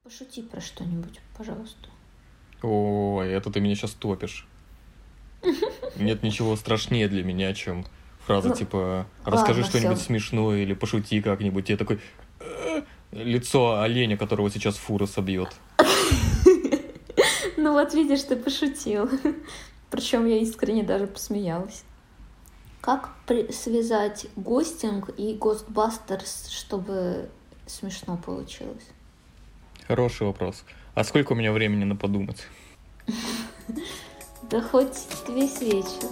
Пошути про что-нибудь, пожалуйста. Ой, это ты меня сейчас топишь. Нет ничего страшнее для меня, чем фраза типа «расскажи ладно, что-нибудь всё. смешное» или «пошути как-нибудь». Я такой лицо оленя, которого сейчас фура собьет. Ну вот видишь, ты пошутил. Причем я искренне даже посмеялась. Как связать гостинг и Ghostbusters, чтобы смешно получилось? Хороший вопрос. А сколько у меня времени на подумать? Да хоть весь вечер.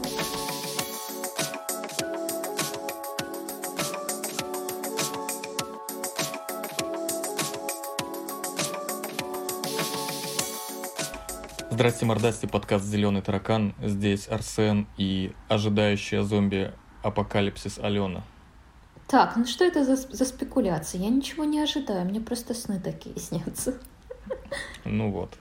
Здрасте, мордасти, подкаст «Зеленый таракан». Здесь Арсен и ожидающая зомби-апокалипсис Алена. Так, ну что это за спекуляции? Я ничего не ожидаю, мне просто сны такие снятся. Ну вот.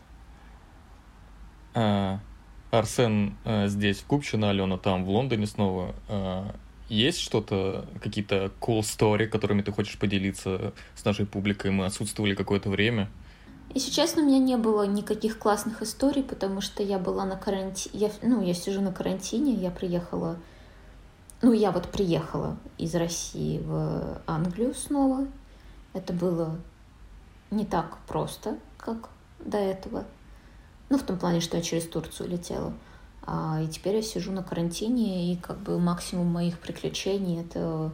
Арсен здесь, в Купчино, Алена там, в Лондоне снова. Есть что-то, какие-то cool story, которыми ты хочешь поделиться с нашей публикой? Мы отсутствовали какое-то время. Если честно, у меня не было никаких классных историй, потому что я была на карантине. Я сижу на карантине, я приехала из России в Англию снова. Это было не так просто, как до этого. Ну, в том плане, что я через Турцию летела. И теперь я сижу на карантине, и как бы максимум моих приключений — это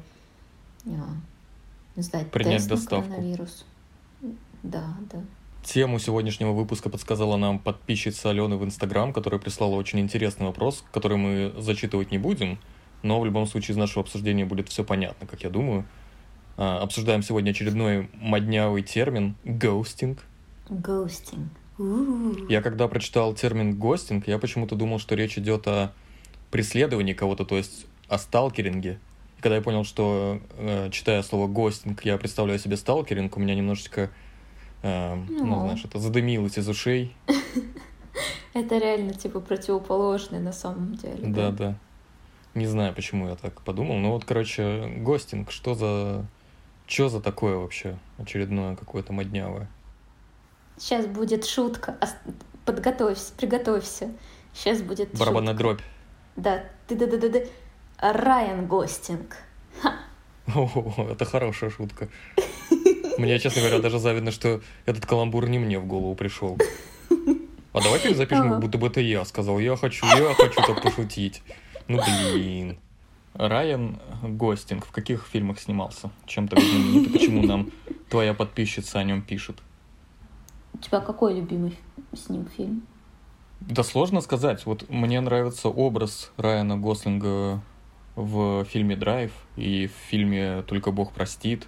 сдать Принять тест доставку. на коронавирус. Да. Тему сегодняшнего выпуска подсказала нам подписчица Алены в Инстаграм, которая прислала очень интересный вопрос, который мы зачитывать не будем, но в любом случае из нашего обсуждения будет все понятно, как я думаю. Обсуждаем сегодня очередной моднявый термин — гостинг. Гостинг. Я когда прочитал термин «гостинг», я почему-то думал, что речь идет о преследовании кого-то, то есть о сталкеринге. И когда я понял, что, читая слово «гостинг», я представляю себе сталкеринг, у меня немножечко, это задымилось из ушей. Это реально типа противоположное на самом деле. Да. Не знаю, почему я так подумал, но вот, короче, гостинг, что за такое вообще очередное какое-то моднявое? Сейчас будет шутка. Приготовься. Сейчас будет барабанная шутка. Дробь. Да. Райан Гостинг. О, это хорошая шутка. Мне, честно говоря, даже завидно, что этот каламбур не мне в голову пришел. А давай перезапишем, будто бы это я сказал. Я хочу так пошутить. Ну, блин. Райан Гостинг в каких фильмах снимался? Чем-то знаменитый? Почему нам твоя подписчица о нем пишет? У тебя какой любимый с ним фильм? Да сложно сказать. Вот мне нравится образ Райана Гослинга в фильме «Драйв» и в фильме «Только Бог простит».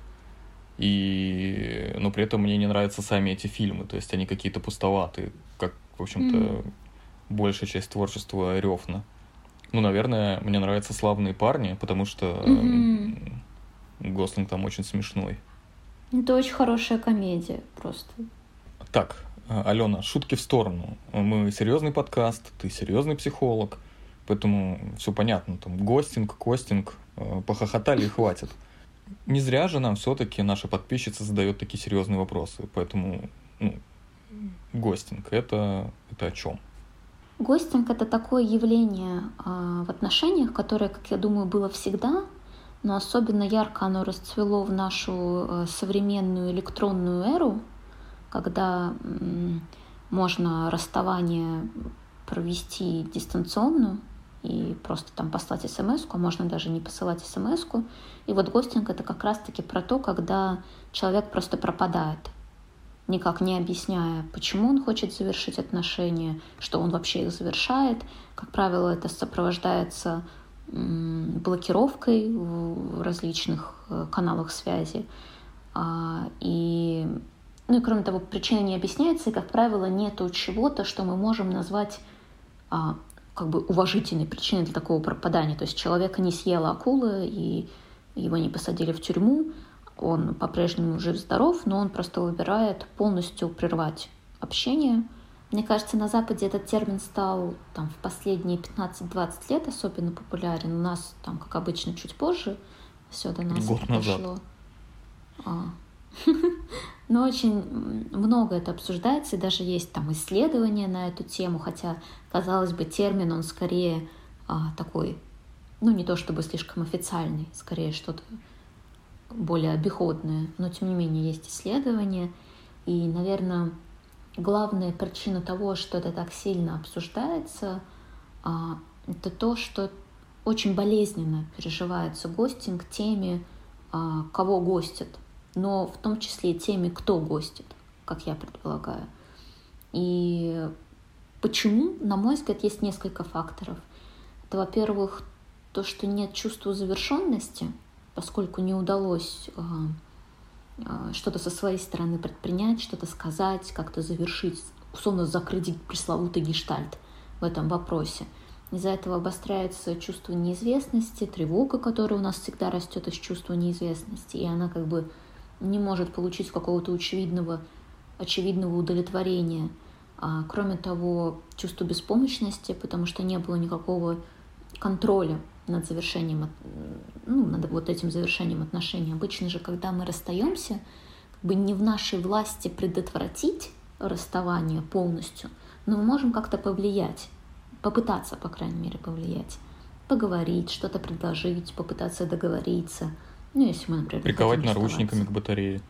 Но при этом мне не нравятся сами эти фильмы. То есть они какие-то пустоватые, как, в общем-то, большая часть творчества Рёфна. Ну, наверное, мне нравятся «Славные парни», потому что Гослинг там очень смешной. Это очень хорошая комедия просто. Так, Алена, шутки в сторону. Мы серьезный подкаст, ты серьезный психолог, поэтому все понятно. Там гостинг, костинг, похохотали и хватит. Не зря же нам все-таки наша подписчица задает такие серьезные вопросы. Поэтому, гостинг — это о чем? Гостинг — это такое явление в отношениях, которое, как я думаю, было всегда, но особенно ярко оно расцвело в нашу современную электронную эру, когда можно расставание провести дистанционно и просто там послать смс-ку, а можно даже не посылать смс-ку. И вот гостинг — это как раз-таки про то, когда человек просто пропадает, никак не объясняя, почему он хочет завершить отношения, что он вообще их завершает. Как правило, это сопровождается блокировкой в различных каналах связи. И кроме того, причина не объясняется, и, как правило, нету чего-то, что мы можем назвать как бы уважительной причиной для такого пропадания. То есть человека не съела акула, и его не посадили в тюрьму, он по-прежнему жив-здоров, но он просто выбирает полностью прервать общение. Мне кажется, на Западе этот термин стал там в последние 15-20 лет особенно популярен. У нас там, как обычно, чуть позже все до нас Год дошло. назад. Но очень много это обсуждается, и даже есть там исследования на эту тему, хотя, казалось бы, термин, он скорее такой, ну, не то чтобы слишком официальный, скорее что-то более обиходное, но, тем не менее, есть исследования, и, наверное, главная причина того, что это так сильно обсуждается, это то, что очень болезненно переживается гостинг теми, кого гостят, но в том числе и теми, кто гостит, как я предполагаю. И почему, на мой взгляд, есть несколько факторов. Это, во-первых, то, что нет чувства завершенности, поскольку не удалось что-то со своей стороны предпринять, что-то сказать, как-то завершить, условно закрыть пресловутый гештальт в этом вопросе. Из-за этого обостряется чувство неизвестности, тревога, которая у нас всегда растет из чувства неизвестности, и она как бы не может получить какого-то очевидного удовлетворения. Кроме того, чувство беспомощности, потому что не было никакого контроля над завершением, над вот этим завершением отношений. Обычно же, когда мы расстаемся, как бы не в нашей власти предотвратить расставание полностью, но мы можем как-то повлиять, попытаться, по крайней мере, повлиять, поговорить, что-то предложить, попытаться договориться. Ну, если мы, например, приковать наручниками к батарее.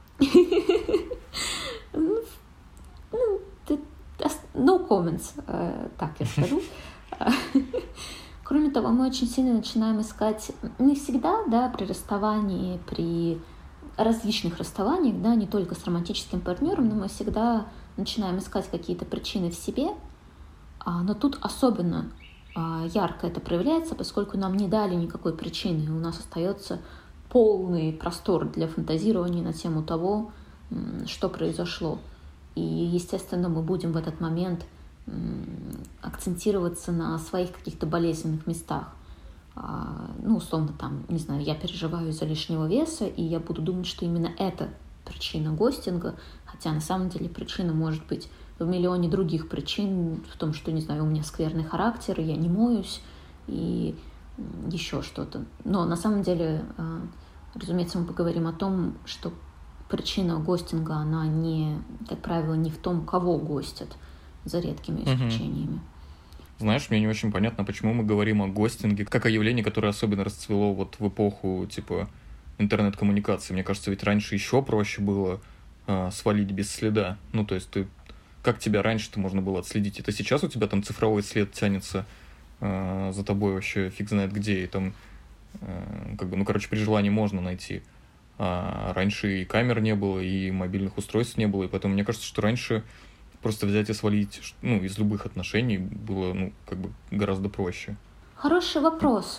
No comments, так я скажу. Кроме того, мы очень сильно начинаем искать, не всегда, да, при расставании, при различных расставаниях, да, не только с романтическим партнером, но мы всегда начинаем искать какие-то причины в себе, но тут особенно ярко это проявляется, поскольку нам не дали никакой причины, и у нас остается полный простор для фантазирования на тему того, что произошло. И, естественно, мы будем в этот момент акцентироваться на своих каких-то болезненных местах. Условно, там, не знаю, я переживаю из-за лишнего веса, и я буду думать, что именно это причина гостинга, хотя на самом деле причина может быть в миллионе других причин, в том, что, не знаю, у меня скверный характер, я не моюсь, и еще что-то. Но на самом деле, разумеется, мы поговорим о том, что причина гостинга, она не, как правило, не в том, кого гостят, за редкими исключениями. Знаешь, мне не очень понятно, почему мы говорим о гостинге, как о явлении, которое особенно расцвело вот в эпоху, типа, интернет-коммуникации. Мне кажется, ведь раньше еще проще было свалить без следа. Ну, то есть как тебя раньше-то можно было отследить? Это сейчас у тебя там цифровой след тянется за тобой вообще фиг знает где, и там, при желании можно найти. А раньше и камер не было, и мобильных устройств не было, и поэтому мне кажется, что раньше просто взять и свалить, из любых отношений было, гораздо проще. Хороший вопрос.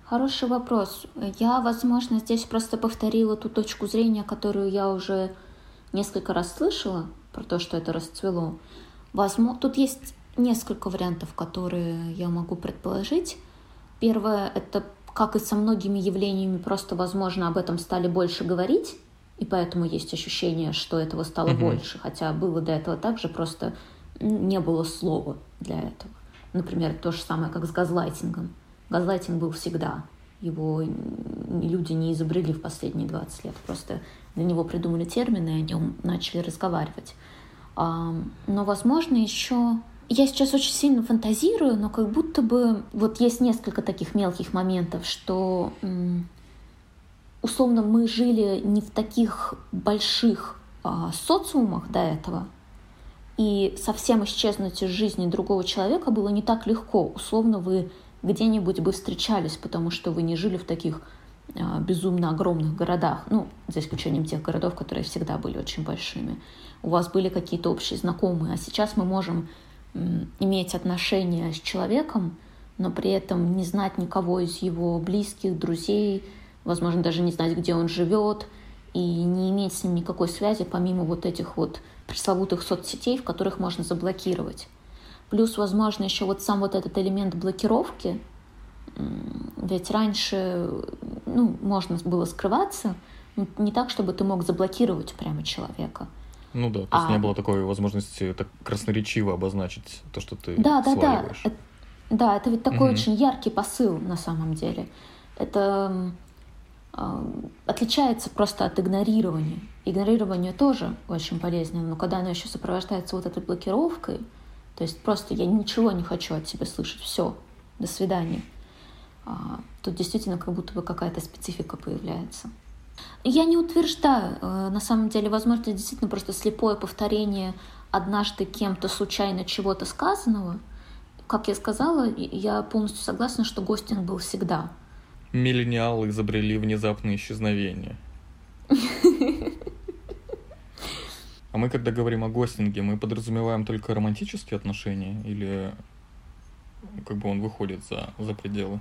Я, возможно, здесь просто повторила ту точку зрения, которую я уже несколько раз слышала, про то, что это расцвело. Возможно, тут есть несколько вариантов, которые я могу предположить. Первое — это, как и со многими явлениями, просто, возможно, об этом стали больше говорить, и поэтому есть ощущение, что этого стало больше, хотя было до этого также, просто не было слова для этого. Например, то же самое, как с газлайтингом. Газлайтинг был всегда. Его люди не изобрели в последние 20 лет. Просто для него придумали термины, и о нем начали разговаривать. Но, возможно, еще... Я сейчас очень сильно фантазирую, но как будто бы... Вот есть несколько таких мелких моментов, что... Условно, мы жили не в таких больших социумах до этого, и совсем исчезнуть из жизни другого человека было не так легко. Условно, вы где-нибудь бы встречались, потому что вы не жили в таких безумно огромных городах, за исключением тех городов, которые всегда были очень большими. У вас были какие-то общие знакомые, а сейчас мы можем иметь отношения с человеком, но при этом не знать никого из его близких, друзей, возможно, даже не знать, где он живет, и не иметь с ним никакой связи, помимо вот этих вот пресловутых соцсетей, в которых можно заблокировать. Плюс, возможно, еще сам вот этот элемент блокировки, ведь раньше, можно было скрываться, не так, чтобы ты мог заблокировать прямо человека. Ну да, то есть не было такой возможности так красноречиво обозначить то, что ты сваливаешь. Да, это ведь такой очень яркий посыл на самом деле. Это отличается просто от игнорирования. игнорирование тоже очень полезно, но когда оно еще сопровождается вот этой блокировкой, то есть просто я ничего не хочу от тебя слышать, все, до свидания, тут действительно как будто бы какая-то специфика появляется. Я не утверждаю, на самом деле, возможно, это действительно просто слепое повторение однажды кем-то случайно чего-то сказанного. Как я сказала, я полностью согласна, что гостинг был всегда. Миллениалы изобрели внезапное исчезновение. А мы, когда говорим о гостинге, мы подразумеваем только романтические отношения или как бы он выходит за пределы?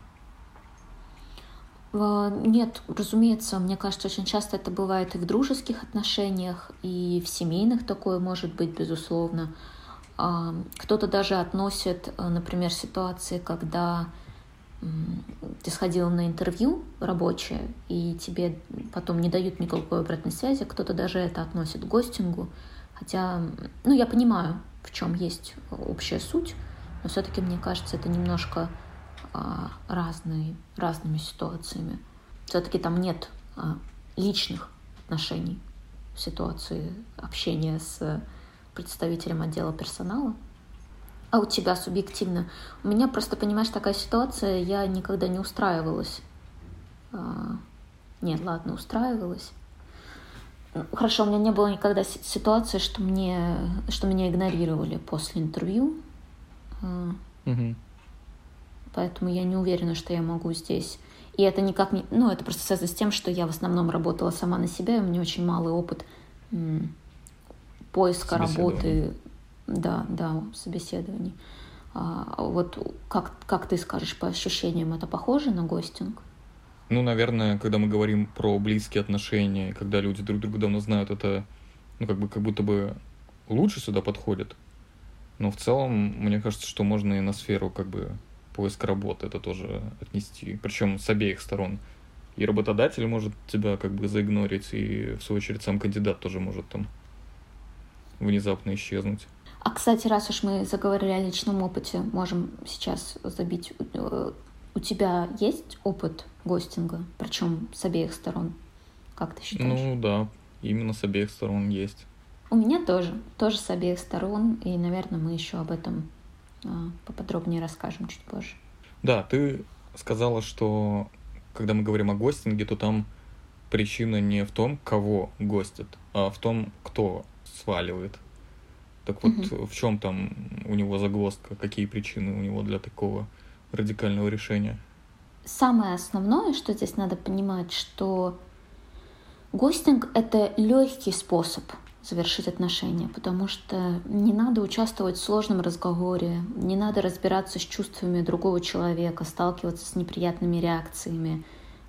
Нет, разумеется, мне кажется, очень часто это бывает и в дружеских отношениях, и в семейных такое может быть, безусловно. Кто-то даже относит, например, ситуации, когда ты сходила на интервью рабочее, и тебе потом не дают никакой обратной связи, кто-то даже это относит к гостингу. Хотя, я понимаю, в чем есть общая суть, но все-таки, мне кажется, это немножко разными ситуациями. Все-таки там нет личных отношений в ситуации общения с представителем отдела персонала. А у тебя субъективно? У меня просто, понимаешь, такая ситуация, я никогда не устраивалась. Нет, ладно, устраивалась. Хорошо, у меня не было никогда ситуации, что меня игнорировали после интервью. Угу. Поэтому я не уверена, что я могу здесь. И это никак не... это просто связано с тем, что я в основном работала сама на себя, и у меня очень малый опыт поиска работы. Да, собеседований. Вот как ты скажешь, по ощущениям, это похоже на гостинг? Наверное, когда мы говорим про близкие отношения, когда люди друг друга давно знают, это как будто бы лучше сюда подходит. Но в целом, мне кажется, что можно и на сферу поиск работы это тоже отнести. Причем с обеих сторон. И работодатель может тебя заигнорить, и в свою очередь сам кандидат тоже может там внезапно исчезнуть. А, кстати, раз уж мы заговорили о личном опыте, можем сейчас забить. У тебя есть опыт гостинга, причем с обеих сторон? Как ты считаешь? Да, именно с обеих сторон есть. У меня тоже с обеих сторон, и, наверное, мы еще об этом поподробнее расскажем чуть позже. Да, ты сказала, что когда мы говорим о гостинге, то там причина не в том, кого гостят, а в том, кто сваливает. Так вот, в чем там у него загвоздка, какие причины у него для такого радикального решения? Самое основное, что здесь надо понимать, что гостинг — это легкий способ завершить отношения, потому что не надо участвовать в сложном разговоре, не надо разбираться с чувствами другого человека, сталкиваться с неприятными реакциями,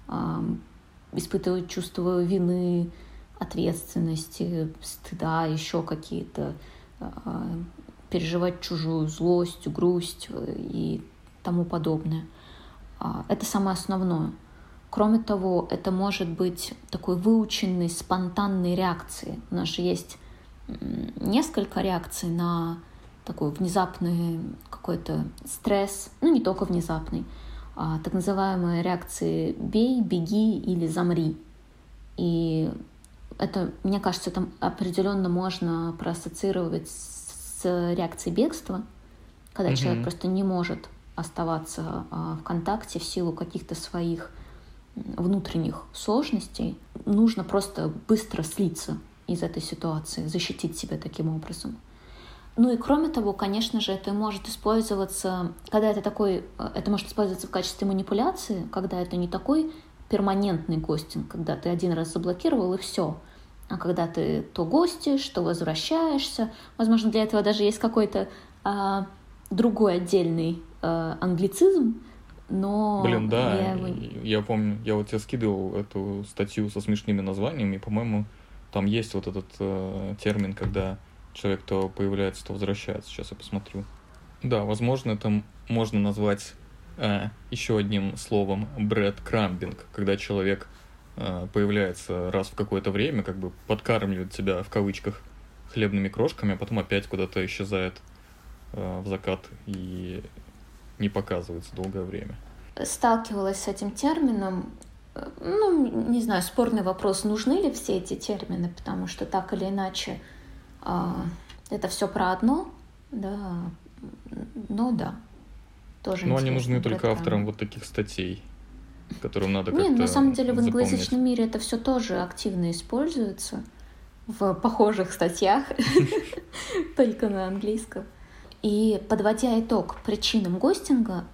испытывать чувство вины, ответственности, стыда, еще какие-то, переживать чужую злость, грусть и тому подобное. Это самое основное. Кроме того, это может быть такой выученной, спонтанной реакцией. У нас же есть несколько реакций на такой внезапный какой-то стресс, не только внезапный, а так называемые реакции «бей», «беги» или «замри». И это, мне кажется, это определенно можно проассоциировать с реакцией бегства, когда человек просто не может оставаться в контакте в силу каких-то своих внутренних сложностей. Нужно просто быстро слиться из этой ситуации, защитить себя таким образом. И кроме того, конечно же, это может использоваться, это может использоваться в качестве манипуляции, когда это не такой перманентный гостинг, когда ты один раз заблокировал и все. А когда ты то гостишь, то возвращаешься. Возможно, для этого даже есть какой-то другой отдельный англицизм, но... Я помню, я вот тебе скидывал эту статью со смешными названиями, и, по-моему, там есть вот этот термин, когда человек то появляется, то возвращается. Сейчас я посмотрю. Да, возможно, это можно назвать еще одним словом breadcrumbing, когда человек появляется раз в какое-то время, подкармливает тебя в кавычках хлебными крошками, а потом опять куда-то исчезает в закат и не показывается долгое время. Сталкивалась с этим термином. Ну, не знаю, спорный вопрос, нужны ли все эти термины, потому что так или иначе это все про одно, да, но да, тоже Но они интересный нужны только авторам бэкграунд. вот таких статей, которым надо Не, на как-то самом деле в запомнить. англоязычном мире это все тоже активно используется в похожих статьях, только на английском. И подводя итог причинам гостинга,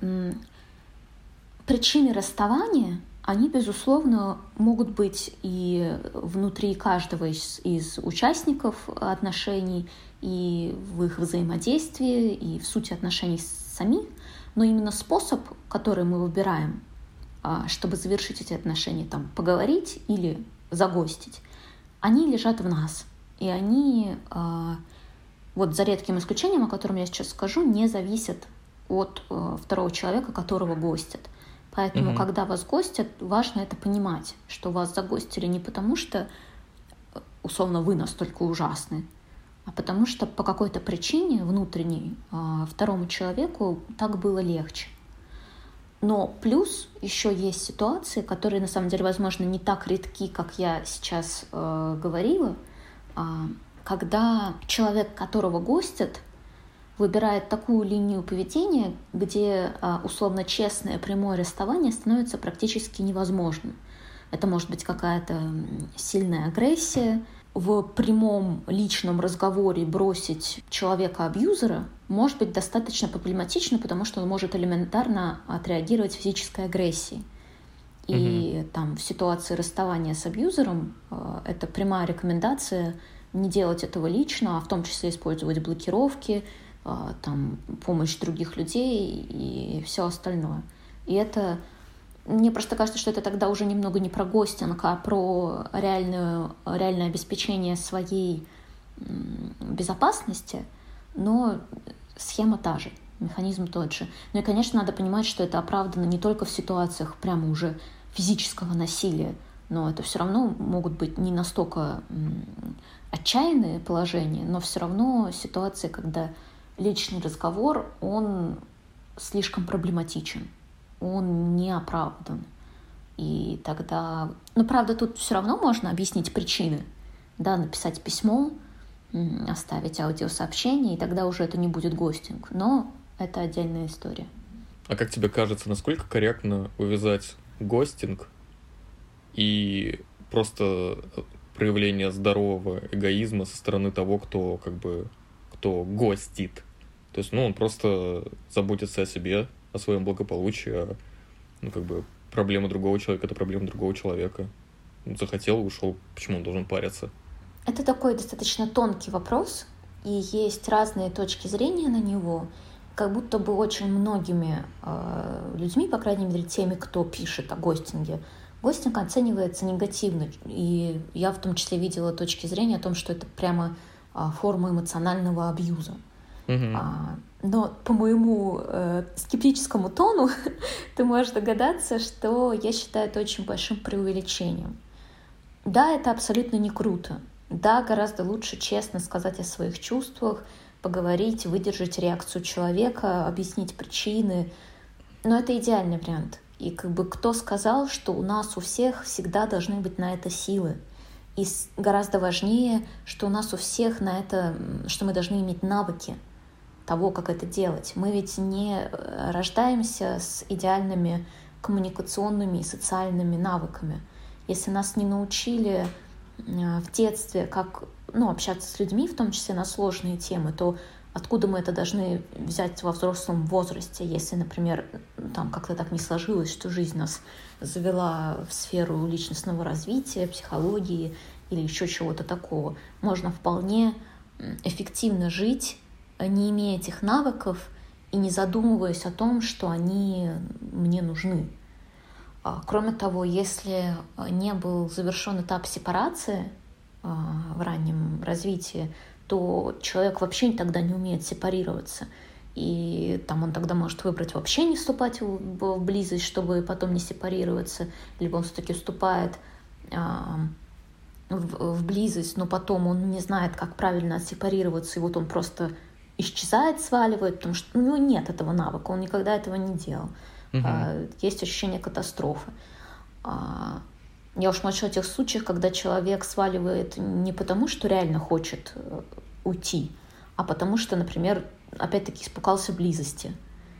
причины расставания, они, безусловно, могут быть и внутри каждого из участников отношений, и в их взаимодействии, и в сути отношений самих, но именно способ, который мы выбираем, чтобы завершить эти отношения, там, поговорить или загостить, они лежат в нас. И они, вот за редким исключением, о котором я сейчас скажу, не зависят от второго человека, которого гостят. Поэтому, когда вас гостят, важно это понимать, что вас загостили не потому, что, условно, вы настолько ужасны, а потому что по какой-то причине внутренней второму человеку так было легче. Но плюс еще есть ситуации, которые на самом деле, возможно, не так редки, как я сейчас говорила, когда человек, которого гостят, выбирает такую линию поведения, где условно честное прямое расставание становится практически невозможным. Это может быть какая-то сильная агрессия. В прямом личном разговоре бросить человека-абьюзера может быть достаточно проблематично, потому что он может элементарно отреагировать физической агрессией. И там в ситуации расставания с абьюзером это прямая рекомендация не делать этого лично, а в том числе использовать блокировки, там, помощь других людей и все остальное. И это... Мне просто кажется, что это тогда уже немного не про гостинг, а про реальное обеспечение своей безопасности, но схема та же, механизм тот же. Ну и, конечно, надо понимать, что это оправдано не только в ситуациях прямо уже физического насилия, но это все равно могут быть не настолько отчаянные положения, но все равно ситуации, когда личный разговор, он слишком проблематичен, он не оправдан. И тогда... Ну, правда, тут все равно можно объяснить причины, да, написать письмо, оставить аудиосообщение, и тогда уже это не будет гостинг. Но это отдельная история. А как тебе кажется, насколько корректно увязать гостинг и просто проявление здорового эгоизма со стороны того, кто гостит? То есть, он просто заботится о себе, о своем благополучии, а проблема другого человека — это проблема другого человека. Захотел, ушел, почему он должен париться? Это такой достаточно тонкий вопрос, и есть разные точки зрения на него, как будто бы очень многими людьми, по крайней мере теми, кто пишет о гостинге, гостинг оценивается негативно. И я в том числе видела точки зрения о том, что это прямо форма эмоционального абьюза. Но по моему скептическому тону ты можешь догадаться, что я считаю это очень большим преувеличением. Да, это абсолютно не круто. Да, гораздо лучше честно сказать о своих чувствах, поговорить, выдержать реакцию человека, объяснить причины. Но это идеальный вариант. И кто сказал, что у нас у всех всегда должны быть на это силы. И гораздо важнее, что у нас у всех на это, что мы должны иметь навыки того, как это делать. Мы ведь не рождаемся с идеальными коммуникационными и социальными навыками. Если нас не научили в детстве, как общаться с людьми, в том числе на сложные темы, то откуда мы это должны взять во взрослом возрасте, если, например, там как-то так не сложилось, что жизнь нас завела в сферу личностного развития, психологии или еще чего-то такого. Можно вполне эффективно жить, не имея этих навыков и не задумываясь о том, что они мне нужны. Кроме того, если не был завершен этап сепарации в раннем развитии, то человек вообще тогда не умеет сепарироваться. И он тогда может выбрать вообще не вступать в близость, чтобы потом не сепарироваться, либо он все-таки вступает в близость, но потом он не знает, как правильно отсепарироваться, и вот он просто исчезает, сваливает, потому что у него нет этого навыка, он никогда этого не делал. Есть ощущение катастрофы. Я уж молчу о тех случаях, когда человек сваливает не потому, что реально хочет уйти, а потому что, например, опять-таки испугался близости.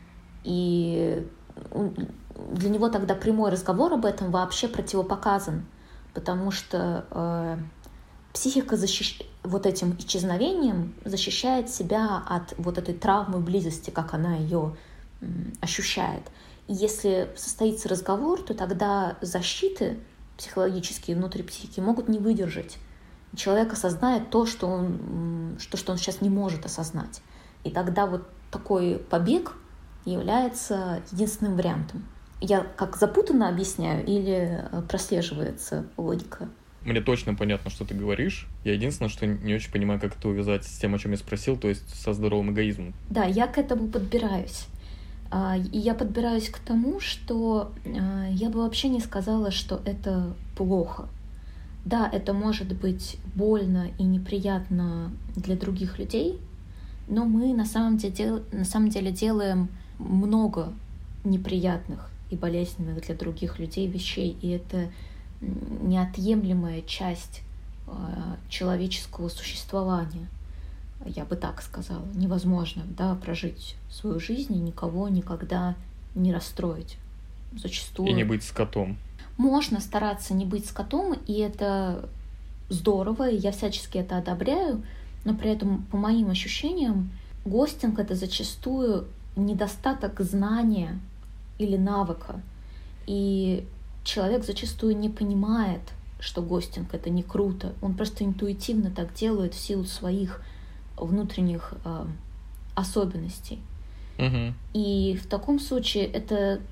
И для него тогда прямой разговор об этом вообще противопоказан, потому что психика вот этим исчезновением защищает себя от вот этой травмы близости, как она ее ощущает. И если состоится разговор, то тогда защиты психологические внутри психики могут не выдержать. Человек осознает то, что он сейчас не может осознать. И тогда вот такой побег является единственным вариантом. Я как запутанно объясняю или прослеживается логика? Мне точно понятно, что ты говоришь. Я единственное, что не очень понимаю, как это увязать с тем, о чем я спросил, то есть со здоровым эгоизмом. Да, я к этому подбираюсь. И я подбираюсь к тому, что я бы вообще не сказала, что это плохо. Да, это может быть больно и неприятно для других людей, но мы на самом деле делаем много неприятных и болезненных для других людей вещей, и это неотъемлемая часть человеческого существования. Я бы так сказала. Невозможно, да, прожить свою жизнь и никого никогда не расстроить. Зачастую. И не быть скотом. Можно стараться не быть скотом, и это здорово, и я всячески это одобряю, но при этом, по моим ощущениям, гостинг — это зачастую недостаток знания или навыка. И человек зачастую не понимает, что гостинг — это не круто. Он просто интуитивно так делает в силу своих внутренних особенностей. Угу. И в таком случае это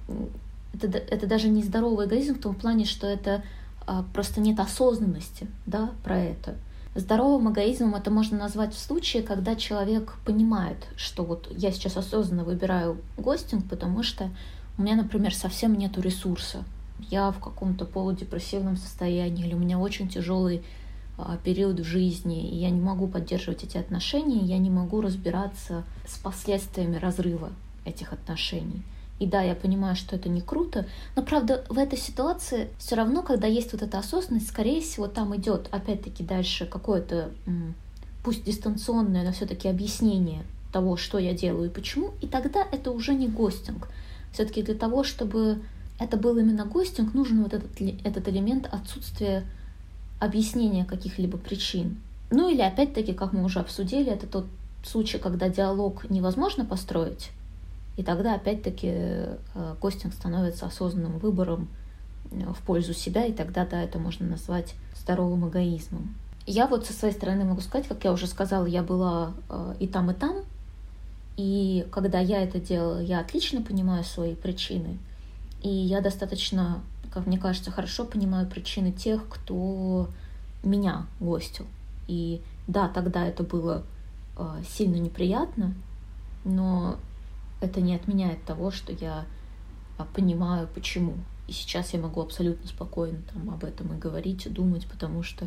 даже не здоровый эгоизм в том плане, что это просто нет осознанности, да, про это. Здоровым эгоизмом это можно назвать в случае, когда человек понимает, что вот я сейчас осознанно выбираю гостинг, потому что у меня, например, совсем нету ресурса. Я в каком-то полудепрессивном состоянии, или у меня очень тяжелый период в жизни, и я не могу поддерживать эти отношения, я не могу разбираться с последствиями разрыва этих отношений. И да, я понимаю, что это не круто, но, правда, в этой ситуации все равно, когда есть вот эта осознанность, скорее всего, там идет, опять-таки, дальше какое-то, пусть дистанционное, но все-таки объяснение того, что я делаю и почему, и тогда это уже не гостинг. Все-таки для того, чтобы это был именно гостинг, нужен вот этот элемент отсутствия объяснения каких-либо причин. Ну или опять-таки, как мы уже обсудили, это тот случай, когда диалог невозможно построить, и тогда опять-таки гостинг становится осознанным выбором в пользу себя, и тогда, да, это можно назвать здоровым эгоизмом. Я вот со своей стороны могу сказать, как я уже сказала, я была и там, и когда я это делала, я отлично понимаю свои причины, и я достаточно, как мне кажется, хорошо понимаю причины тех, кто меня гостил. И да, тогда это было сильно неприятно, но это не отменяет того, что я понимаю, почему. И сейчас я могу абсолютно спокойно там об этом и говорить, и думать, потому что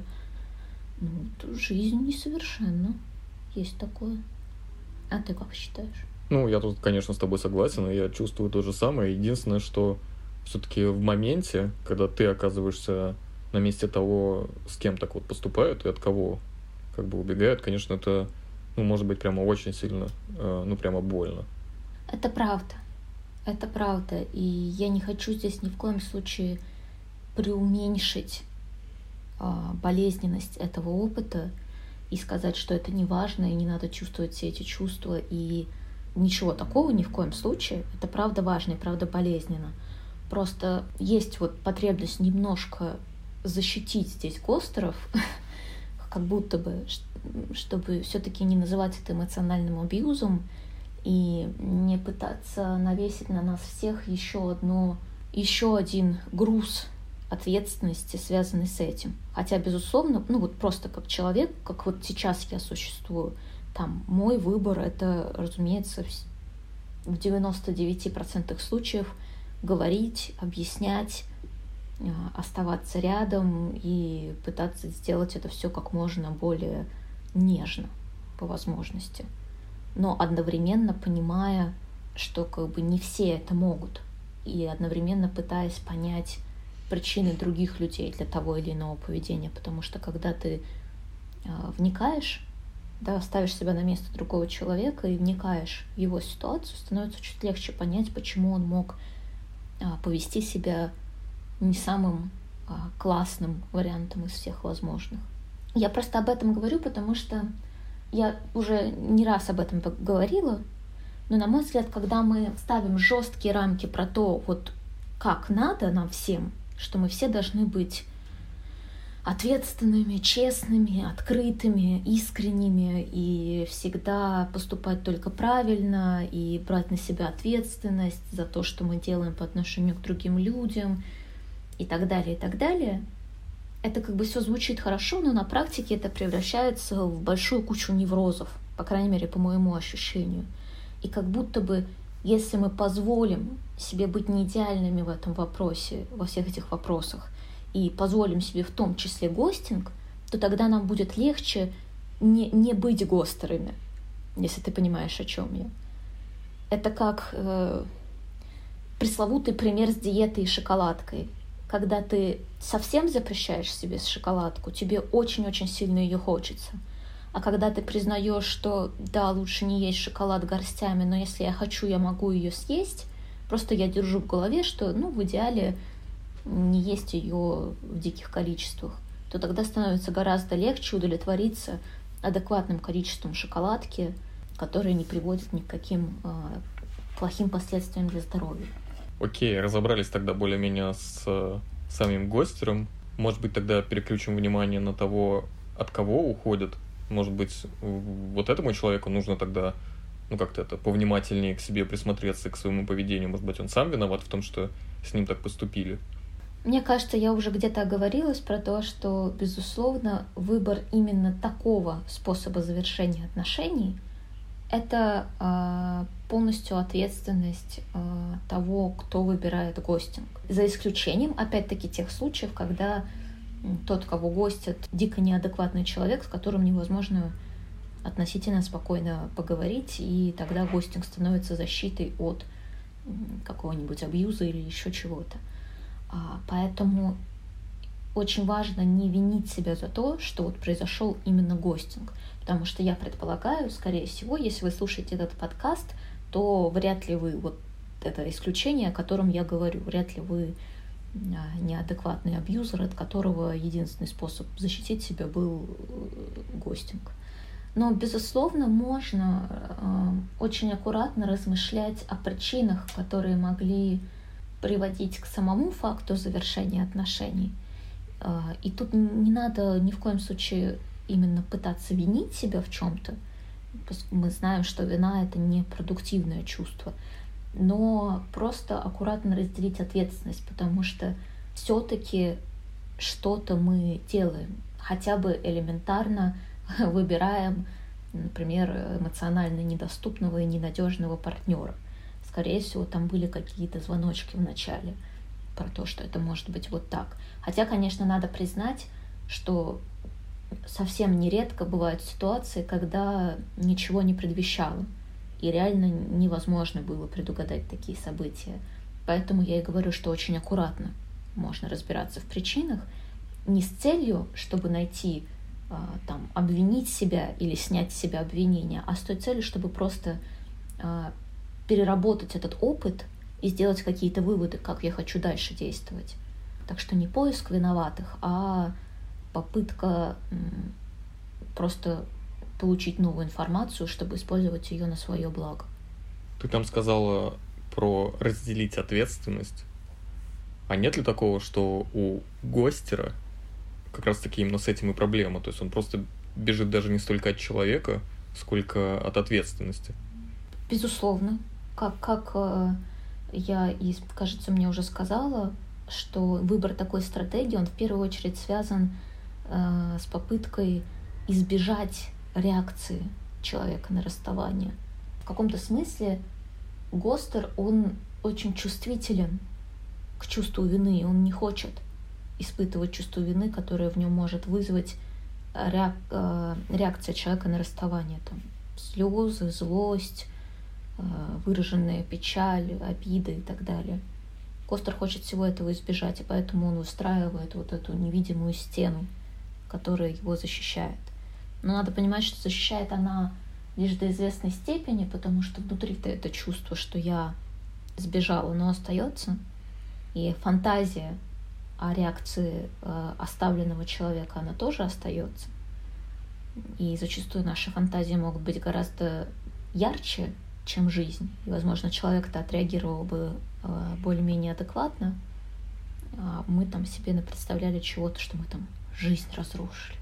жизнь несовершенна. Есть такое. А ты как считаешь? Я тут, конечно, с тобой согласен, и я чувствую то же самое. Единственное, что все-таки в моменте, когда ты оказываешься на месте того, с кем так вот поступают и от кого как бы убегают, конечно, это, может быть, прямо очень сильно, прямо больно. Это правда. Это правда. И я не хочу здесь ни в коем случае преуменьшить болезненность этого опыта и сказать, что это не важно, и не надо чувствовать все эти чувства, и ничего такого ни в коем случае. Это правда важно и правда болезненно. Просто есть вот потребность немножко защитить здесь гостеров, как будто бы, чтобы все-таки не называть это эмоциональным абьюзом и не пытаться навесить на нас всех еще один груз ответственности, связанный с этим. Хотя, безусловно, просто как человек, как вот сейчас я существую, там мой выбор — это, разумеется, в 99% случаев говорить, объяснять, оставаться рядом и пытаться сделать это все как можно более нежно по возможности. Но одновременно понимая, что как бы не все это могут, и одновременно пытаясь понять причины других людей для того или иного поведения, потому что когда ты вникаешь, да, ставишь себя на место другого человека и вникаешь в его ситуацию, становится чуть легче понять, почему он мог повести себя не самым классным вариантом из всех возможных. Я просто об этом говорю, потому что я уже не раз об этом говорила, но, на мой взгляд, когда мы ставим жесткие рамки про то, вот как надо нам всем, что мы все должны быть ответственными, честными, открытыми, искренними и всегда поступать только правильно и брать на себя ответственность за то, что мы делаем по отношению к другим людям и так далее, и так далее. Это как бы все звучит хорошо, но на практике это превращается в большую кучу неврозов, по крайней мере, по моему ощущению. И как будто бы, если мы позволим себе быть не идеальными в этом вопросе, во всех этих вопросах, и позволим себе в том числе гостинг, то тогда нам будет легче не быть гостерами, если ты понимаешь, о чем я. Это как пресловутый пример с диетой и шоколадкой. Когда ты совсем запрещаешь себе шоколадку, тебе очень-очень сильно ее хочется. А когда ты признаешь, что да, лучше не есть шоколад горстями, но если я хочу, я могу ее съесть, просто я держу в голове, что в идеале не есть ее в диких количествах, то тогда становится гораздо легче удовлетвориться адекватным количеством шоколадки, которые не приводят ни к каким плохим последствиям для здоровья. Окей, разобрались тогда более-менее с самим гостером. Может быть, тогда переключим внимание на того, от кого уходят. Может быть, вот этому человеку нужно тогда, как-то повнимательнее к себе присмотреться, к своему поведению. Может быть, он сам виноват в том, что с ним так поступили. Мне кажется, я уже где-то оговорилась про то, что, безусловно, выбор именно такого способа завершения отношений — это полностью ответственность того, кто выбирает гостинг. За исключением, опять-таки, тех случаев, когда тот, кого гостят, дико неадекватный человек, с которым невозможно относительно спокойно поговорить, и тогда гостинг становится защитой от какого-нибудь абьюза или еще чего-то. Поэтому очень важно не винить себя за то, что вот произошел именно гостинг. Потому что я предполагаю, скорее всего, если вы слушаете этот подкаст, то вряд ли вы, вот это исключение, о котором я говорю, вряд ли вы неадекватный абьюзер, от которого единственный способ защитить себя был гостинг. Но, безусловно, можно очень аккуратно размышлять о причинах, которые могли приводить к самому факту завершения отношений. И тут не надо ни в коем случае именно пытаться винить себя в чем-то. Мы знаем, что вина — это не продуктивное чувство. Но просто аккуратно разделить ответственность, потому что все-таки что-то мы делаем. Хотя бы элементарно выбираем, например, эмоционально недоступного и ненадежного партнера. Скорее всего, там были какие-то звоночки в начале про то, что это может быть вот так. Хотя, конечно, надо признать, что совсем нередко бывают ситуации, когда ничего не предвещало, и реально невозможно было предугадать такие события. Поэтому я и говорю, что очень аккуратно можно разбираться в причинах, не с целью, чтобы найти, обвинить себя или снять с себя обвинения, а с той целью, чтобы просто переработать этот опыт и сделать какие-то выводы, как я хочу дальше действовать. Так что не поиск виноватых, а попытка просто получить новую информацию, чтобы использовать ее на свое благо. Ты там сказала про разделить ответственность. А нет ли такого, что у гостера как раз-таки именно с этим и проблема? То есть он просто бежит даже не столько от человека, сколько от ответственности? Безусловно. Как я, кажется, мне уже сказала, что выбор такой стратегии, он в первую очередь связан с попыткой избежать реакции человека на расставание. В каком-то смысле гостер, он очень чувствителен к чувству вины, он не хочет испытывать чувство вины, которое в нем может вызвать реакция человека на расставание. Там, слезы, злость, выраженная печаль, обида и так далее. Костер хочет всего этого избежать, и поэтому он устраивает вот эту невидимую стену, которая его защищает. Но надо понимать, что защищает она лишь до известной степени, потому что внутри-то это чувство, что я сбежала, но остается. И фантазия о реакции оставленного человека, она тоже остается. И зачастую наши фантазии могут быть гораздо ярче, чем жизнь. И, возможно, человек-то отреагировал бы более-менее адекватно, а мы там себе напредставляли чего-то, что мы там жизнь разрушили,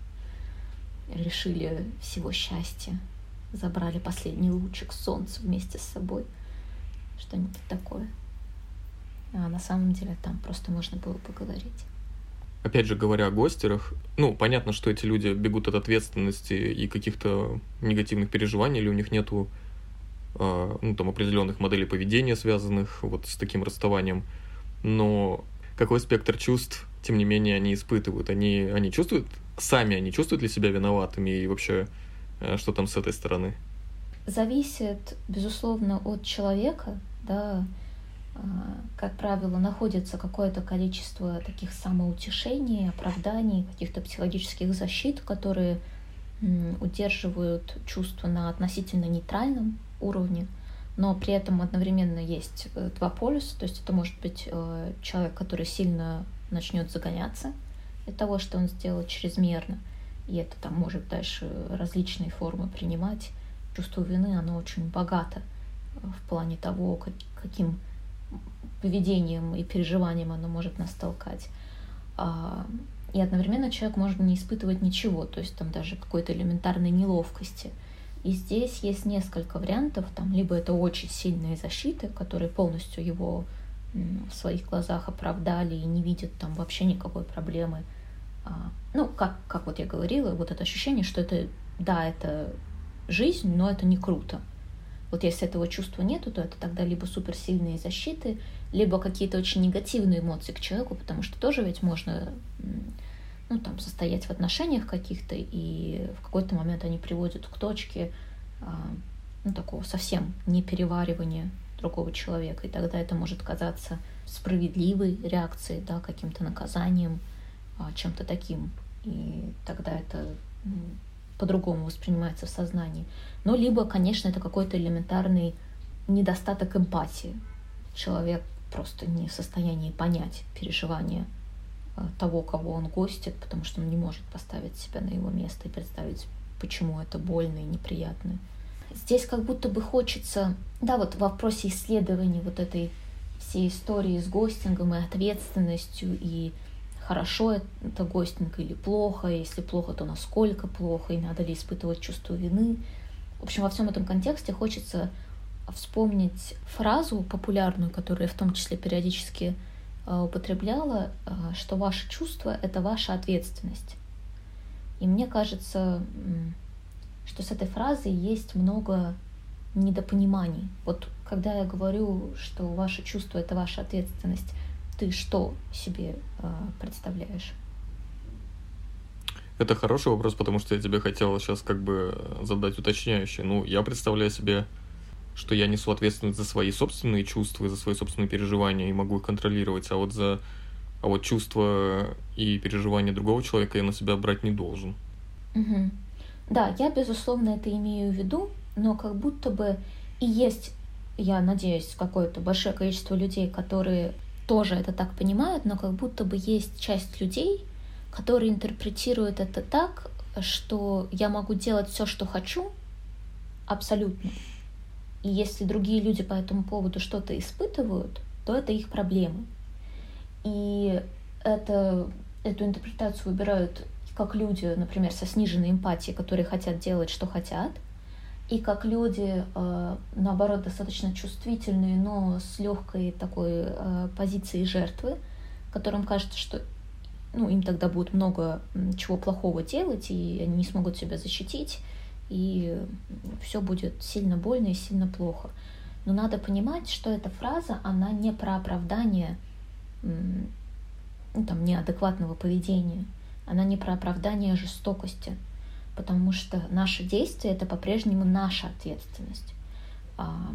лишили всего счастья, забрали последний лучик солнца вместе с собой, что-нибудь такое. А на самом деле там просто можно было поговорить. Опять же, говоря о гостерах, понятно, что эти люди бегут от ответственности и каких-то негативных переживаний, или у них нету определенных моделей поведения, связанных вот с таким расставанием. Но какой спектр чувств, тем не менее, они испытывают? Они чувствуют, они чувствуют ли себя виноватыми, и вообще, что там с этой стороны? Зависит, безусловно, от человека, да. Как правило, находится какое-то количество таких самоутешений, оправданий, каких-то психологических защит, которые удерживают чувство на относительно нейтральном уровне, но при этом одновременно есть два полюса, то есть это может быть человек, который сильно начнет загоняться от того, что он сделал чрезмерно, и это там может дальше различные формы принимать. Чувство вины, оно очень богато в плане того, каким поведением и переживанием оно может нас толкать. И одновременно человек может не испытывать ничего, то есть там даже какой-то элементарной неловкости. И здесь есть несколько вариантов, там либо это очень сильные защиты, которые полностью его в своих глазах оправдали и не видят там вообще никакой проблемы. Как вот я говорила, вот это ощущение, что это жизнь, но это не круто. Вот если этого чувства нету, то это тогда либо суперсильные защиты, либо какие-то очень негативные эмоции к человеку, потому что тоже ведь можно состоять в отношениях каких-то, и в какой-то момент они приводят к точке такого совсем непереваривания другого человека, и тогда это может казаться справедливой реакцией, да, каким-то наказанием, чем-то таким, и тогда это по-другому воспринимается в сознании. Но либо, конечно, это какой-то элементарный недостаток эмпатии. Человек просто не в состоянии понять переживания того, кого он гостит, потому что он не может поставить себя на его место и представить, почему это больно и неприятно. Здесь как будто бы хочется, в вопросе исследования вот этой всей истории с гостингом и ответственностью, и хорошо это гостинг или плохо, если плохо, то насколько плохо, и надо ли испытывать чувство вины. В общем, во всем этом контексте хочется вспомнить фразу популярную, которую я в том числе периодически употребляла, что ваше чувство — это ваша ответственность. И мне кажется, что с этой фразой есть много недопониманий. Вот когда я говорю, что ваше чувство — это ваша ответственность, ты что себе представляешь? Это хороший вопрос, потому что я тебе хотел сейчас задать уточняющий. Я представляю себе, что я несу ответственность за свои собственные чувства, за свои собственные переживания и могу их контролировать, а вот чувства и переживания другого человека я на себя брать не должен. Угу. Да, я, безусловно, это имею в виду, но как будто бы и есть, я надеюсь, какое-то большое количество людей, которые тоже это так понимают, но как будто бы есть часть людей, которые интерпретируют это так, что я могу делать все, что хочу, абсолютно. И если другие люди по этому поводу что-то испытывают, то это их проблемы. И эту интерпретацию выбирают как люди, например, со сниженной эмпатией, которые хотят делать, что хотят, и как люди, наоборот, достаточно чувствительные, но с легкой такой позицией жертвы, которым кажется, что им тогда будет много чего плохого делать, и они не смогут себя защитить, и все будет сильно больно и сильно плохо. Но надо понимать, что эта фраза, она не про оправдание неадекватного поведения, она не про оправдание жестокости, потому что наши действия — это по-прежнему наша ответственность.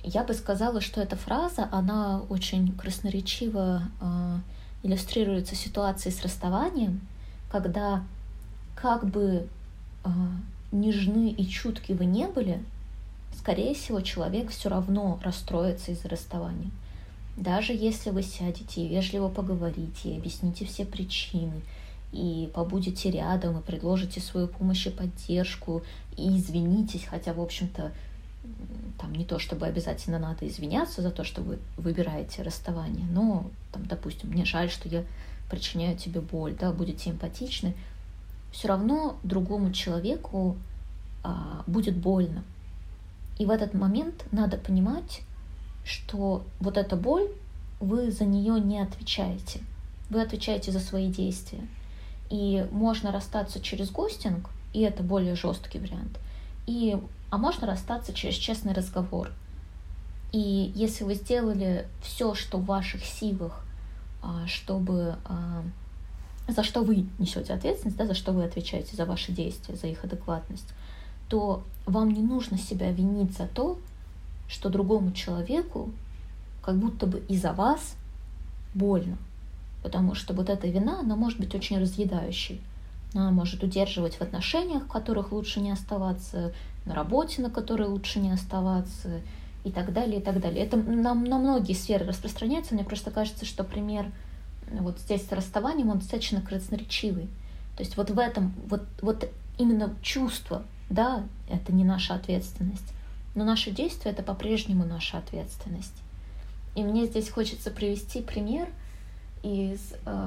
Я бы сказала, что эта фраза, она очень красноречиво иллюстрируется ситуацией с расставанием, когда как бы нежны и чутки вы не были, скорее всего, человек все равно расстроится из-за расставания. Даже если вы сядете и вежливо поговорите, и объясните все причины, и побудете рядом, и предложите свою помощь и поддержку, и извинитесь, хотя, в общем-то, там не то чтобы обязательно надо извиняться за то, что вы выбираете расставание, но, там, допустим, мне жаль, что я причиняю тебе боль, да, будете эмпатичны, все равно другому человеку будет больно. И в этот момент надо понимать, что вот эта боль, вы за нее не отвечаете. Вы отвечаете за свои действия. И можно расстаться через гостинг, и это более жесткий вариант. А можно расстаться через честный разговор. И если вы сделали все, что в ваших силах, чтобы за что вы несете ответственность, да, за что вы отвечаете, за ваши действия, за их адекватность, то вам не нужно себя винить за то, что другому человеку как будто бы из-за вас больно. Потому что вот эта вина, она может быть очень разъедающей. Она может удерживать в отношениях, в которых лучше не оставаться, на работе, на которой лучше не оставаться, и так далее, и так далее. Это на многие сферы распространяется. Мне просто кажется, что пример вот здесь с расставанием, он достаточно красноречивый. То есть вот в этом, вот именно чувство, да, это не наша ответственность, но наши действия — это по-прежнему наша ответственность. И мне здесь хочется привести пример из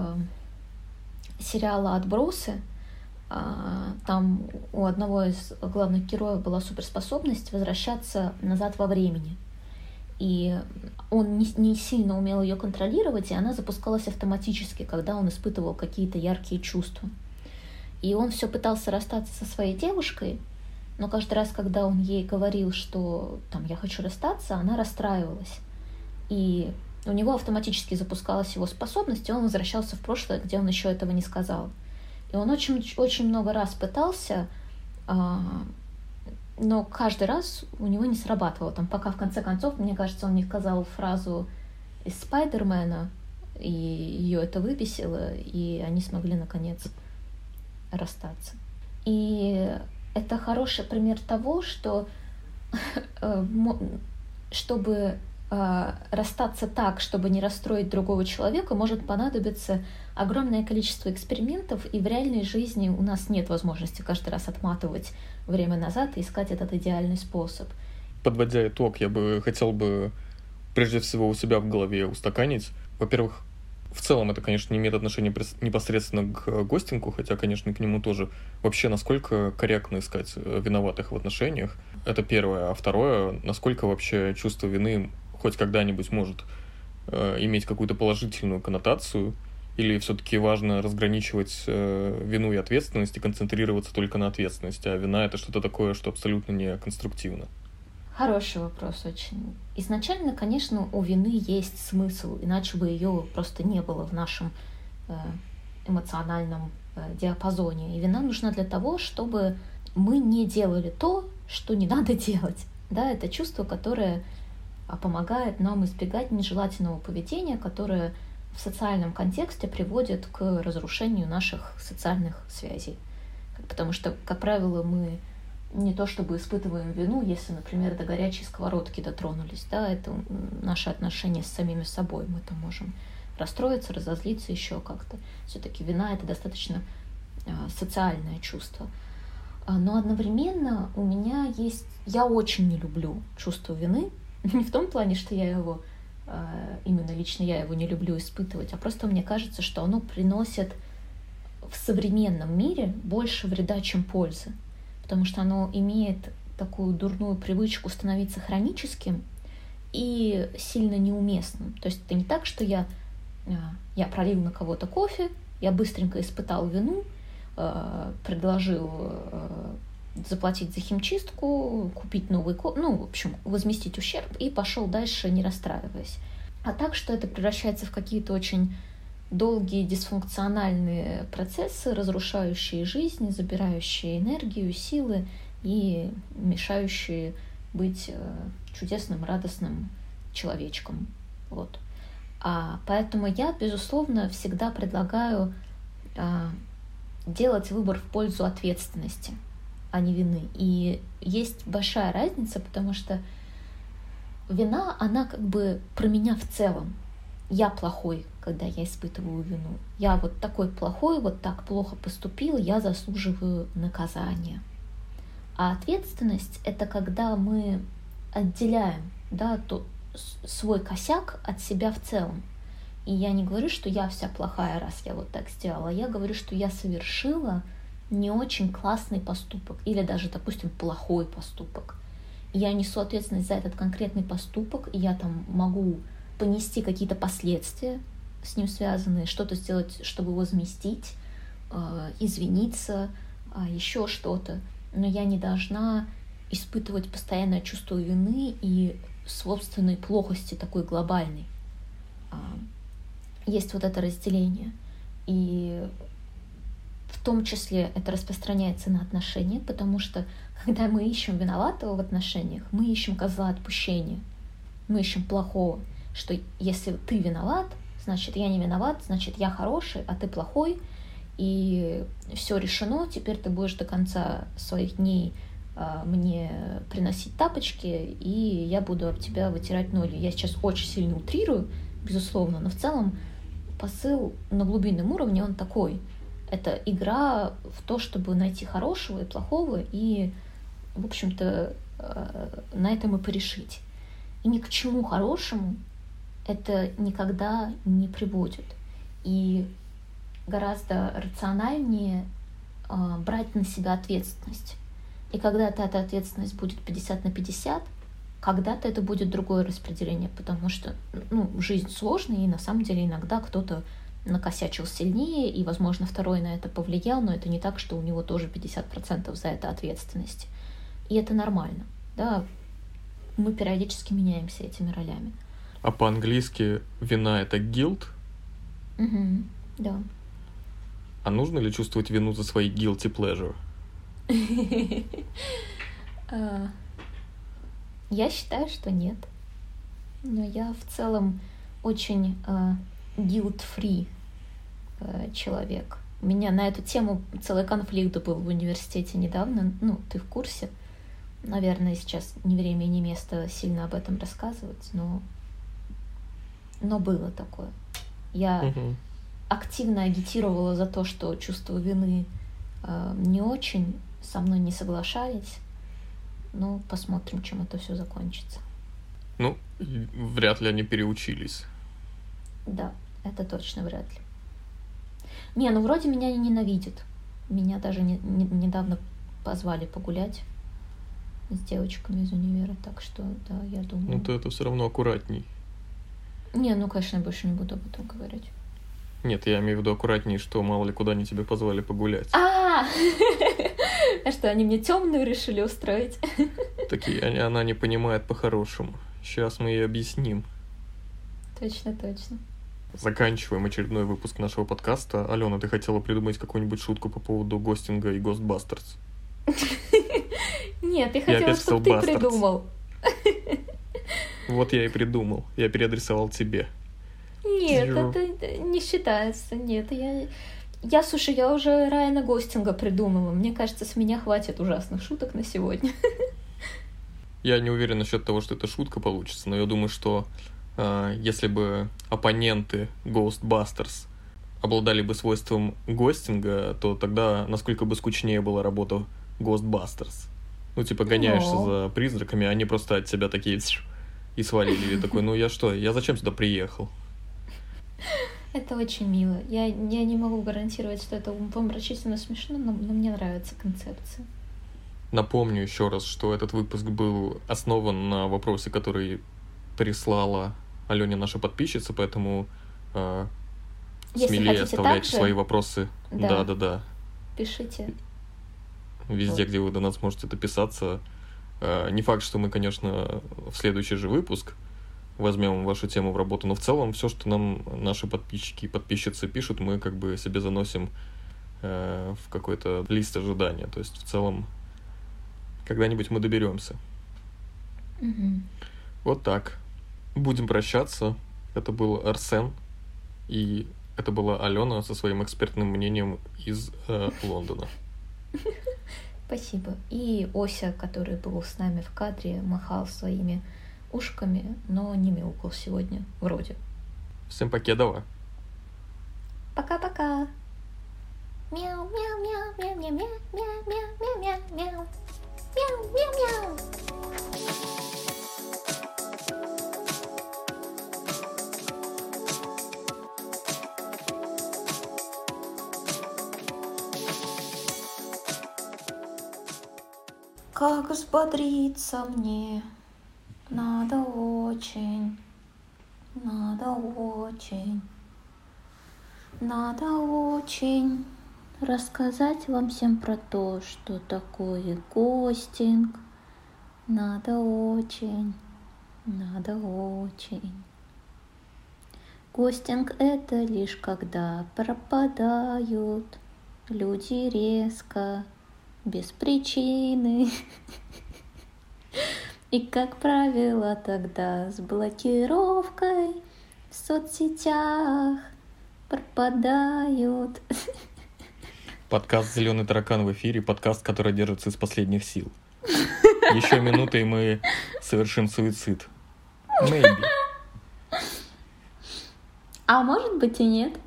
сериала «Отбросы». Там у одного из главных героев была суперспособность возвращаться назад во времени. И он не сильно умел ее контролировать, и она запускалась автоматически, когда он испытывал какие-то яркие чувства. И он все пытался расстаться со своей девушкой, но каждый раз, когда он ей говорил, что там, я хочу расстаться, она расстраивалась. И у него автоматически запускалась его способность, и он возвращался в прошлое, где он еще этого не сказал. И он очень много раз пытался, но каждый раз у него не срабатывало. Там, пока в конце концов, мне кажется, он не сказал фразу из «Спайдермена», и ее это выбесило, и они смогли наконец расстаться. И это хороший пример того, что чтобы расстаться так, чтобы не расстроить другого человека, может понадобиться огромное количество экспериментов, и в реальной жизни у нас нет возможности каждый раз отматывать время назад и искать этот идеальный способ. Подводя итог, я бы хотел бы прежде всего у себя в голове устаканить. Во-первых, в целом это, конечно, не имеет отношения непосредственно к гостингу, хотя, конечно, к нему тоже. Вообще, насколько корректно искать виноватых в отношениях, это первое. А второе, насколько вообще чувство вины хоть когда-нибудь может иметь какую-то положительную коннотацию, или все-таки важно разграничивать вину и ответственность и концентрироваться только на ответственности, а вина — это что-то такое, что абсолютно не конструктивно? Хороший вопрос очень. Изначально, конечно, у вины есть смысл, иначе бы ее просто не было в нашем эмоциональном диапазоне. И вина нужна для того, чтобы мы не делали то, что не надо делать. Да, это чувство, которое помогает нам избегать нежелательного поведения, которое в социальном контексте приводит к разрушению наших социальных связей. Потому что, как правило, мы не то чтобы испытываем вину, если, например, до горячей сковородки дотронулись. Да, это наши отношения с самими собой. Мы там можем расстроиться, разозлиться еще как-то. Все-таки вина — это достаточно социальное чувство. Но одновременно у меня есть... Я очень не люблю чувство вины. Не в том плане, что я его... Именно лично я его не люблю испытывать, а просто мне кажется, что оно приносит в современном мире больше вреда, чем пользы. Потому что оно имеет такую дурную привычку становиться хроническим и сильно неуместным. То есть это не так, что я пролил на кого-то кофе, я быстренько испытал вину, предложил заплатить за химчистку, купить новый кофе, в общем, возместить ущерб, и пошел дальше, не расстраиваясь. А так, что это превращается в какие-то очень долгие дисфункциональные процессы, разрушающие жизнь, забирающие энергию, силы и мешающие быть чудесным, радостным человечком. Вот. Поэтому я, безусловно, всегда предлагаю делать выбор в пользу ответственности, а не вины. И есть большая разница, потому что вина, она как бы про меня в целом. Я плохой, когда я испытываю вину. Я вот такой плохой, вот так плохо поступил, я заслуживаю наказания. А ответственность — это когда мы отделяем, да, свой косяк от себя в целом. И я не говорю, что я вся плохая, раз я вот так сделала. Я говорю, что я совершила не очень классный поступок или даже, допустим, плохой поступок. И я несу ответственность за этот конкретный поступок, и я там могу понести какие-то последствия с ним связанные, что-то сделать, чтобы возместить, извиниться, еще что-то. Но я не должна испытывать постоянное чувство вины и собственной плохости такой глобальной. Есть вот это разделение. И в том числе это распространяется на отношения, потому что когда мы ищем виноватого в отношениях, мы ищем козла отпущения, мы ищем плохого, что если ты виноват, значит я не виноват, значит я хороший, а ты плохой, и все решено, теперь ты будешь до конца своих дней мне приносить тапочки, и я буду об тебя вытирать ноги. Я сейчас очень сильно утрирую, безусловно, но в целом посыл на глубинном уровне, он такой. Это игра в то, чтобы найти хорошего и плохого, и, в общем-то, на этом и порешить. И ни к чему хорошему это никогда не приводит. И гораздо рациональнее брать на себя ответственность. И когда-то эта ответственность будет 50/50, когда-то это будет другое распределение, потому что жизнь сложная, и на самом деле иногда кто-то накосячил сильнее, и, возможно, второй на это повлиял, но это не так, что у него тоже 50% за это ответственность. И это нормально. Да? Мы периодически меняемся этими ролями. А по-английски вина — это guilt? Угу, да. А нужно ли чувствовать вину за свои guilty pleasure? Я считаю, что нет. Но я в целом очень guilt-free человек. У меня на эту тему целый конфликт был в университете недавно. Ты в курсе. Наверное, сейчас не время и не место сильно об этом рассказывать, но было такое. Я активно агитировала за то, что чувство вины не очень, со мной не соглашались. Ну, посмотрим, чем это все закончится. Вряд ли они переучились. Да, это точно вряд ли. Вроде меня не ненавидят. Меня даже недавно позвали погулять с девочками из универа, так что, да, я думаю... то это все равно аккуратней. Конечно, я больше не буду об этом говорить. Нет, я имею в виду аккуратней, что мало ли куда они тебя позвали погулять. А что, они мне темную решили устроить? Такие, она не понимает по-хорошему. Сейчас мы ей объясним. Точно. Заканчиваем очередной выпуск нашего подкаста. Алена, ты хотела придумать какую-нибудь шутку по поводу гостинга и Ghostbusters? Нет, я хотела, чтобы ты придумал. Вот я и придумал. Я переадресовал тебе. Нет, это не считается. Нет, слушай, я уже Райана Гослинга придумала. Мне кажется, с меня хватит ужасных шуток на сегодня. Я не уверен насчет того, что это шутка получится, но я думаю, что если бы оппоненты Ghostbusters обладали бы свойством гостинга, то тогда насколько бы скучнее была работа Ghostbusters. Гоняешься за призраками, а они просто от тебя такие и свалили. И такой, я зачем сюда приехал? Это очень мило. Я не могу гарантировать, что это помрачительно смешно, но мне нравится концепция. Напомню еще раз, что этот выпуск был основан на вопросе, который прислала Алене наша подписчица, поэтому смелее оставляйте свои вопросы. Да. Пишите. Везде, где вы до нас можете дописаться. Не факт, что мы, конечно, в следующий же выпуск возьмем вашу тему в работу, но в целом все, что нам наши подписчики и подписчицы пишут, мы как бы себе заносим в какой-то лист ожидания. То есть в целом когда-нибудь мы доберемся. Мгм. Вот так. Будем прощаться. Это был Арсен. И это была Алена со своим экспертным мнением из Лондона. Спасибо. И Ося, который был с нами в кадре, махал своими ушками, но не мяукал сегодня, вроде. Всем покедова. Пока-пока. Мяу, мяу, мяу, мяу, мяу, мяу, мяу, мяу, мяу, мяу. Мяу, мяу, мяу. Как взбодриться мне? Надо очень, надо очень, надо очень рассказать вам всем про то, что такое гостинг. Надо очень, надо очень. Гостинг — это лишь когда пропадают люди резко, без причины. И, как правило, тогда с блокировкой в соцсетях пропадают. Подкаст «Зеленый таракан» в эфире. Подкаст, который держится из последних сил. Еще минута, и мы совершим суицид. Maybe. А может быть и нет.